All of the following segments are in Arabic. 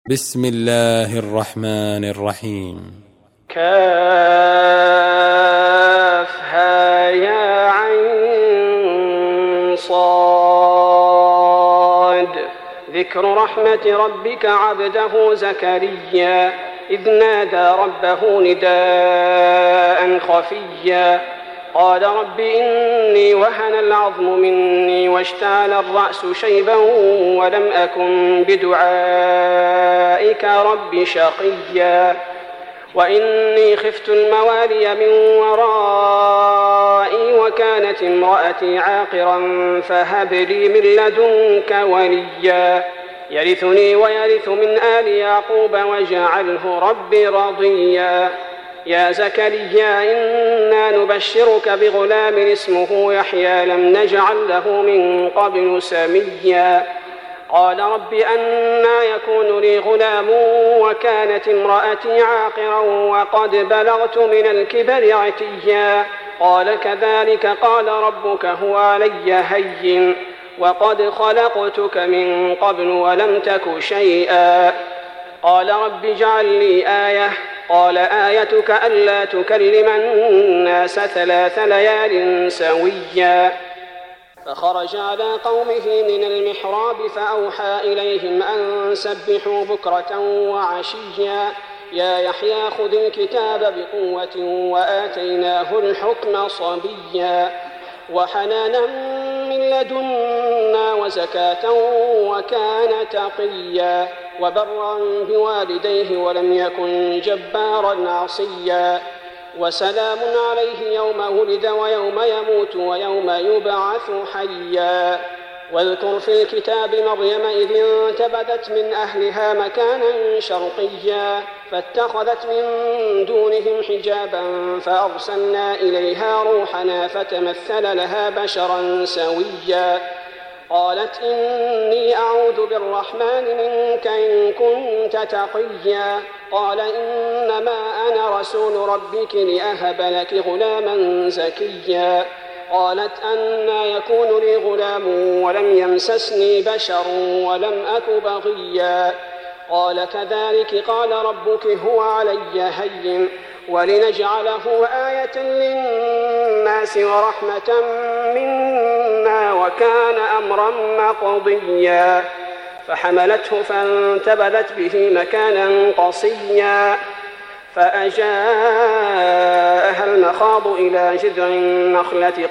بسم الله الرحمن الرحيم. كافها يا عين صاد. ذكر رحمة ربك عبده زكريا إذ نادى ربه نداء خفيا قال رب إني وهن العظم مني واشتعل الرأس شيبا ولم أكن بدعائك رب شقيا وإني خفت الموالي من ورائي وكانت امرأتي عاقرا فهب لي من لدنك وليا يرثني ويرث من آل يعقوب واجعله رب رضيا يا زكريا إنا نبشرك بغلام اسمه يحيى لم نجعل له من قبل سميا قال رب أنى يكون لي غلام وكانت امرأتي عاقرا وقد بلغت من الكبر عتيا قال كذلك قال ربك هو علي هين وقد خلقتك من قبل ولم تك شيئا قال رب اجعل لي آية قال آيتك ألا تكلم الناس 3 ليال سويا فخرج على قومه من المحراب فأوحى إليهم أن سبحوا بكرة وعشيا يا يحيى خذ الكتاب بقوة وآتيناه الحكم صبيا وحنانا من لدنا وزكاة وكان تقيا وبرا بوالديه ولم يكن جبارا عصيا وسلام عليه يوم ولد ويوم يموت ويوم يبعث حيا واذكر في الكتاب مريم إذ انتبذت من أهلها مكانا شرقيا فاتخذت من دونهم حجابا فأرسلنا إليها روحنا فتمثل لها بشرا سويا قالت إني أعوذ بالرحمن منك إن كنت تقيا قال إنما أنا رسول ربك لأهب لك غلاما زكيا قالت أنى يكون لي غلام ولم يمسسني بشر ولم أك بغيا قال كذلك قال ربك هو علي هين ولنجعله آية للناس ورحمة منا وكان أمرا مقضيا فحملته فانتبذت به مكانا قصيا فأجاءها المخاض إلى جذع النخلة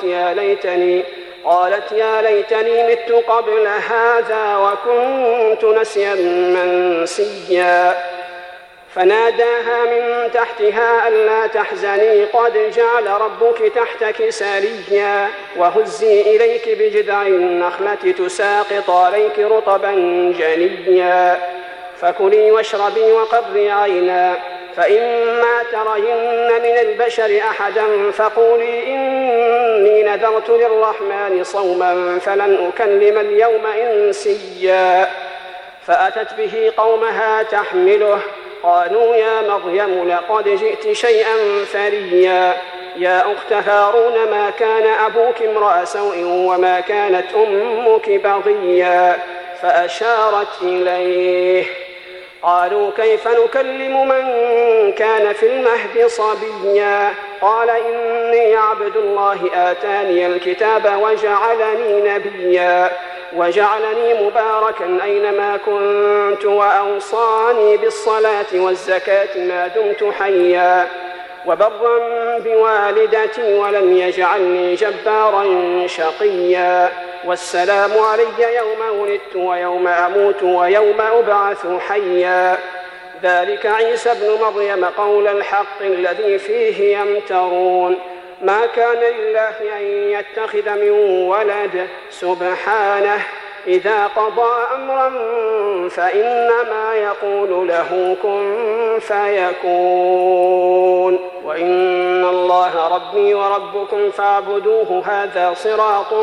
قالت يا ليتني مت قبل هذا وكنت نسيا منسيا فناداها من تحتها ألا تحزني قد جعل ربك تحتك سريا وهزي إليك بجذع النخلة تساقط عليك رطبا جنيا فكلي واشربي وقضي عينا فإما ترين من البشر أحدا فقولي إني نذرت للرحمن صوما فلن أكلم اليوم إنسيا فأتت به قومها تحمله قالوا يا مريم لقد جئت شيئا فريا يا أخت هارون ما كان أبوك امرأ سوء وما كانت أمك بغيا فأشارت إليه قالوا كيف نكلم من كان في المهد صبيا قال إني عبد الله آتاني الكتاب وجعلني نبيا وجعلني مباركا أينما كنت وأوصاني بالصلاة والزكاة ما دمت حيا وبرا بوالدتي ولم يجعلني جبارا شقيا والسلام علي يوم ولدت ويوم أموت ويوم أبعث حيا ذلك عيسى ابن مريم قول الحق الذي فيه يمترون ما كان لله أن يتخذ من ولد سبحانه إذا قضى أمرا فإنما يقول له كن فيكون وإن الله ربي وربكم فاعبدوه هذا صراط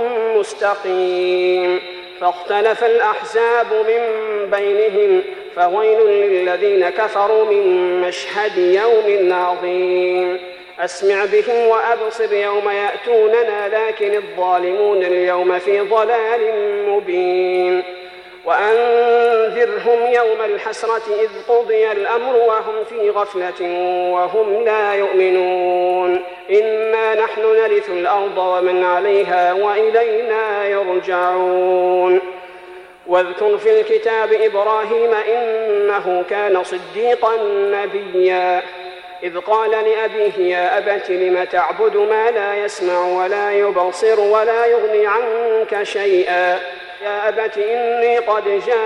مستقيم فاختلف الأحزاب من بينهم فويل للذين كفروا من مشهد يوم عظيم أسمع بهم وأبصر يوم يأتوننا لكن الظالمون اليوم في ضلال مبين وأنذرهم يوم الحسرة إذ قضي الأمر وهم في غفلة وهم لا يؤمنون إنا نحن نرث الأرض ومن عليها وإلينا يرجعون واذكر في الكتاب إبراهيم إنه كان صديقا نبيا إذ قال لأبيه يا أبت لم تعبد ما لا يسمع ولا يبصر ولا يغني عنك شيئا يا أبت إني قد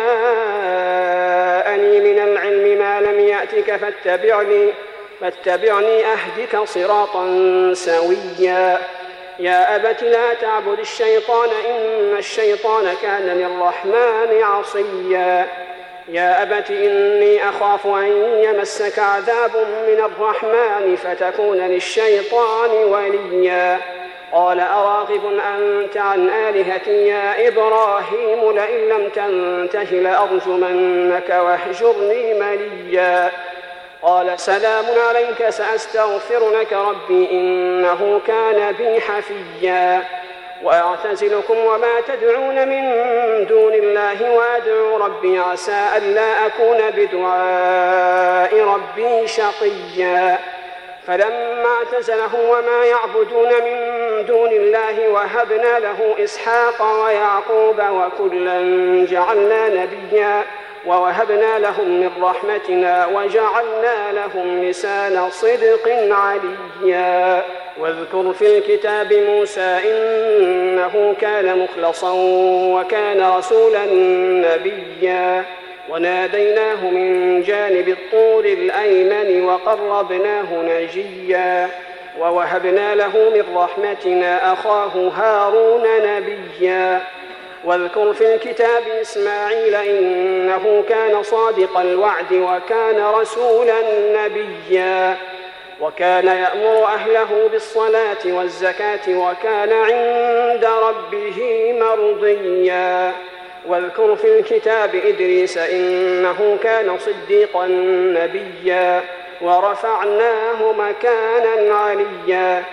جاءني من العلم ما لم يأتك فاتبعني أهدك صراطا سويا يا أبت لا تعبد الشيطان إن الشيطان كان للرحمن عصيا يا أبت إني أخاف أن يمسك عذاب من الرحمن فتكون للشيطان وليا قال أراغب أنت عن آلهتي يا إبراهيم لئن لم تنته لأرجمنك واهجرني مليا قال سلام عليك سأستغفر لك ربي إنه كان بي حفيا وأعتزلكم وما تدعون من دون الله وأدعو ربي عسى ألا أكون بدعاء ربي شقيا فلما اعتزلهم وما يعبدون من دون الله وهبنا له إسحاق ويعقوب وكلا جعلنا نبيا ووهبنا لهم من رحمتنا وجعلنا لهم لسان صدق عليا واذكر في الكتاب موسى إنه كان مخلصا وكان رسولا نبيا وناديناه من جانب الطور الأيمن وقربناه نجيا ووهبنا له من رحمتنا أخاه هارون نبيا واذكر في الكتاب إسماعيل إنه كان صادق الوعد وكان رسولا نبيا وكان يأمر أهله بالصلاة والزكاة وكان عند ربه مرضيا واذكر في الكتاب إدريس إنه كان صديقا نبيا ورفعناه مكانا عليا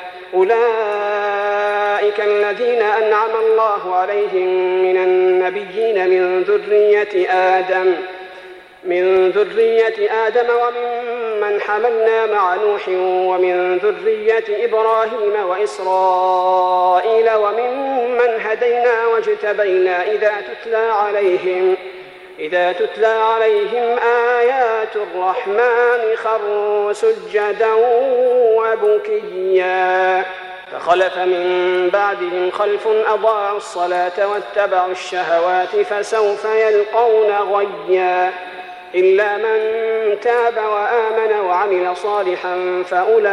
أولئك الذين أنعم الله عليهم من النبيين من ذرية آدم وممن حملنا مع نوح ومن ذرية إبراهيم وإسرائيل وممن هدينا واجتبينا إذا تتلى عليهم آيات الرحمن خروا سجدا وبكيا فخلف من بعدهم خلف أضاعوا الصلاة واتبعوا الشهوات فسوف يلقون غيا إلا من تاب وآمن وعمل صالحا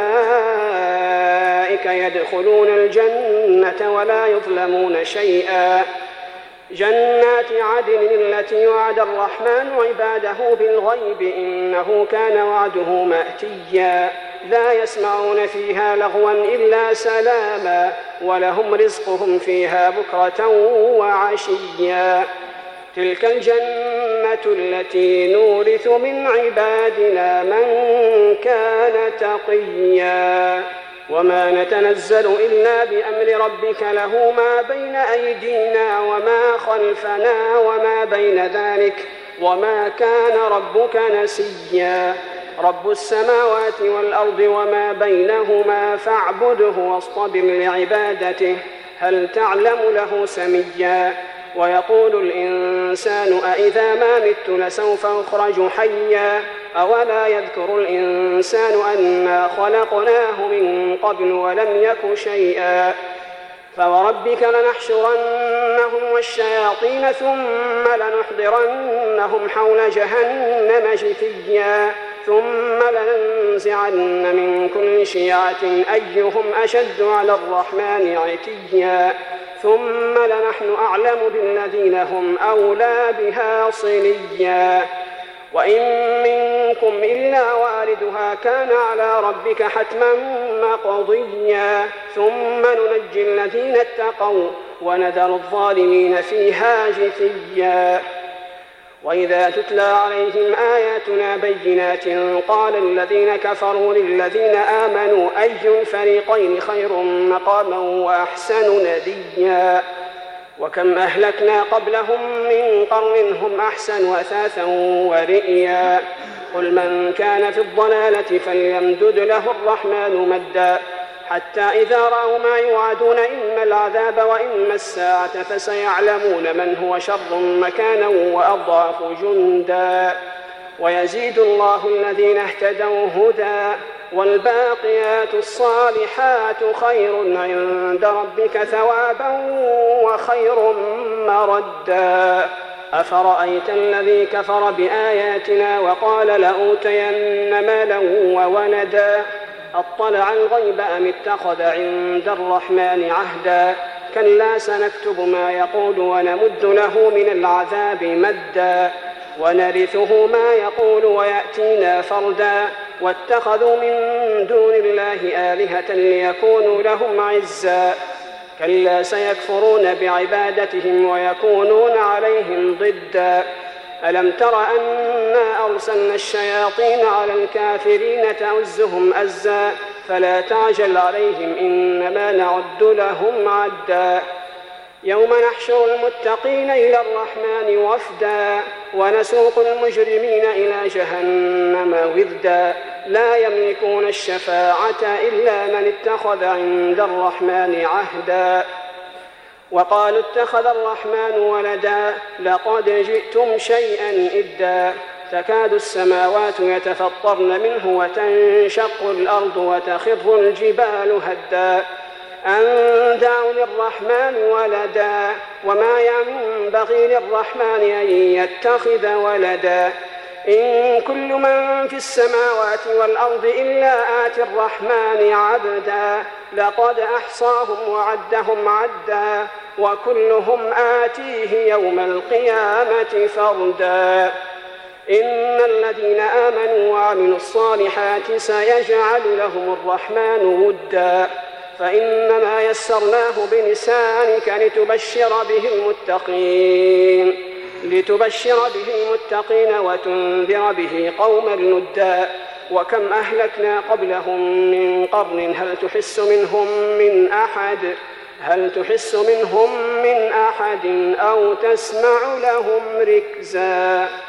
فأولئك يدخلون الجنة ولا يظلمون شيئا جنات عدن التي وعد الرحمن عباده بالغيب إنه كان وعده مأتيا لا يسمعون فيها لغوا إلا سلاما ولهم رزقهم فيها بكرة وعشيا تلك الجنة التي نورث من عبادنا من كان تقيا وما نتنزل إلا بأمر ربك له ما بين أيدينا وما خلفنا وما بين ذلك وما كان ربك نسيا رب السماوات والأرض وما بينهما فاعبده واصطبر لعبادته هل تعلم له سميا ويقول الإنسان أإذا ما مت لسوف أخرج حيا أولا يذكر الإنسان أنا خلقناه من قبل ولم يك شيئا فوربك لنحشرنهم والشياطين ثم لنحضرنهم حول جهنم جثيا ثم لننزعن من كل شيعة أيهم أشد على الرحمن عتيا ثم لنحن أعلم بالذين هم أولى بها صليا وإن منكم إلا واردها كان على ربك حتما مقضيا ثم ننجي الذين اتقوا ونذر الظالمين فيها جثيا وإذا تتلى عليهم آياتنا بينات قال الذين كفروا للذين آمنوا أي الفريقين خير مقاما وأحسن نديا وكم أهلكنا قبلهم من قرن هم أحسن أثاثا ورئيا قل من كان في الضلالة فليمدد له الرحمن مدا حتى إذا رأوا ما يوعدون إما العذاب وإما الساعة فسيعلمون من هو شر مكانا وأضعف جندا ويزيد الله الذين اهتدوا هدى والباقيات الصالحات خير عند ربك ثوابا وخير مردا أفرأيت الذي كفر بآياتنا وقال لأوتين مالا وولدا أطلع الغيب أم اتخذ عند الرحمن عهدا كلا سنكتب ما يقول ونمد له من العذاب مدا ونرثه ما يقول ويأتينا فردا واتخذوا من دون الله آلهة ليكونوا لهم عزا كلا سيكفرون بعبادتهم ويكونون عليهم ضدا ألم تر أنا أرسلنا الشياطين على الكافرين تؤزهم أزا فلا تعجل عليهم إنما نعد لهم عدا يوم نحشر المتقين إلى الرحمن وفدا ونسوق المجرمين إلى جهنم وردا لا يملكون الشفاعة إلا من اتخذ عند الرحمن عهدا وقالوا اتخذ الرحمن ولدا لقد جئتم شيئا إدا تكاد السماوات يتفطرن منه وتنشق الأرض وتخر الجبال هدا أن دعوا للرحمن ولدا وما ينبغي للرحمن أن يتخذ ولدا إن كل من في السماوات والأرض إلا آتي الرحمن عبدا لقد أحصاهم وعدهم عدا وكلهم آتيه يوم القيامة فردا إن الذين آمنوا وعملوا الصالحات سيجعل لهم الرحمن ودا فإنما يسرناه بلسانك لتبشر به المتقين وتنذر به قوما لدا وكم أهلكنا قبلهم من قرن هل تحس منهم من أحد أو تسمع لهم ركزا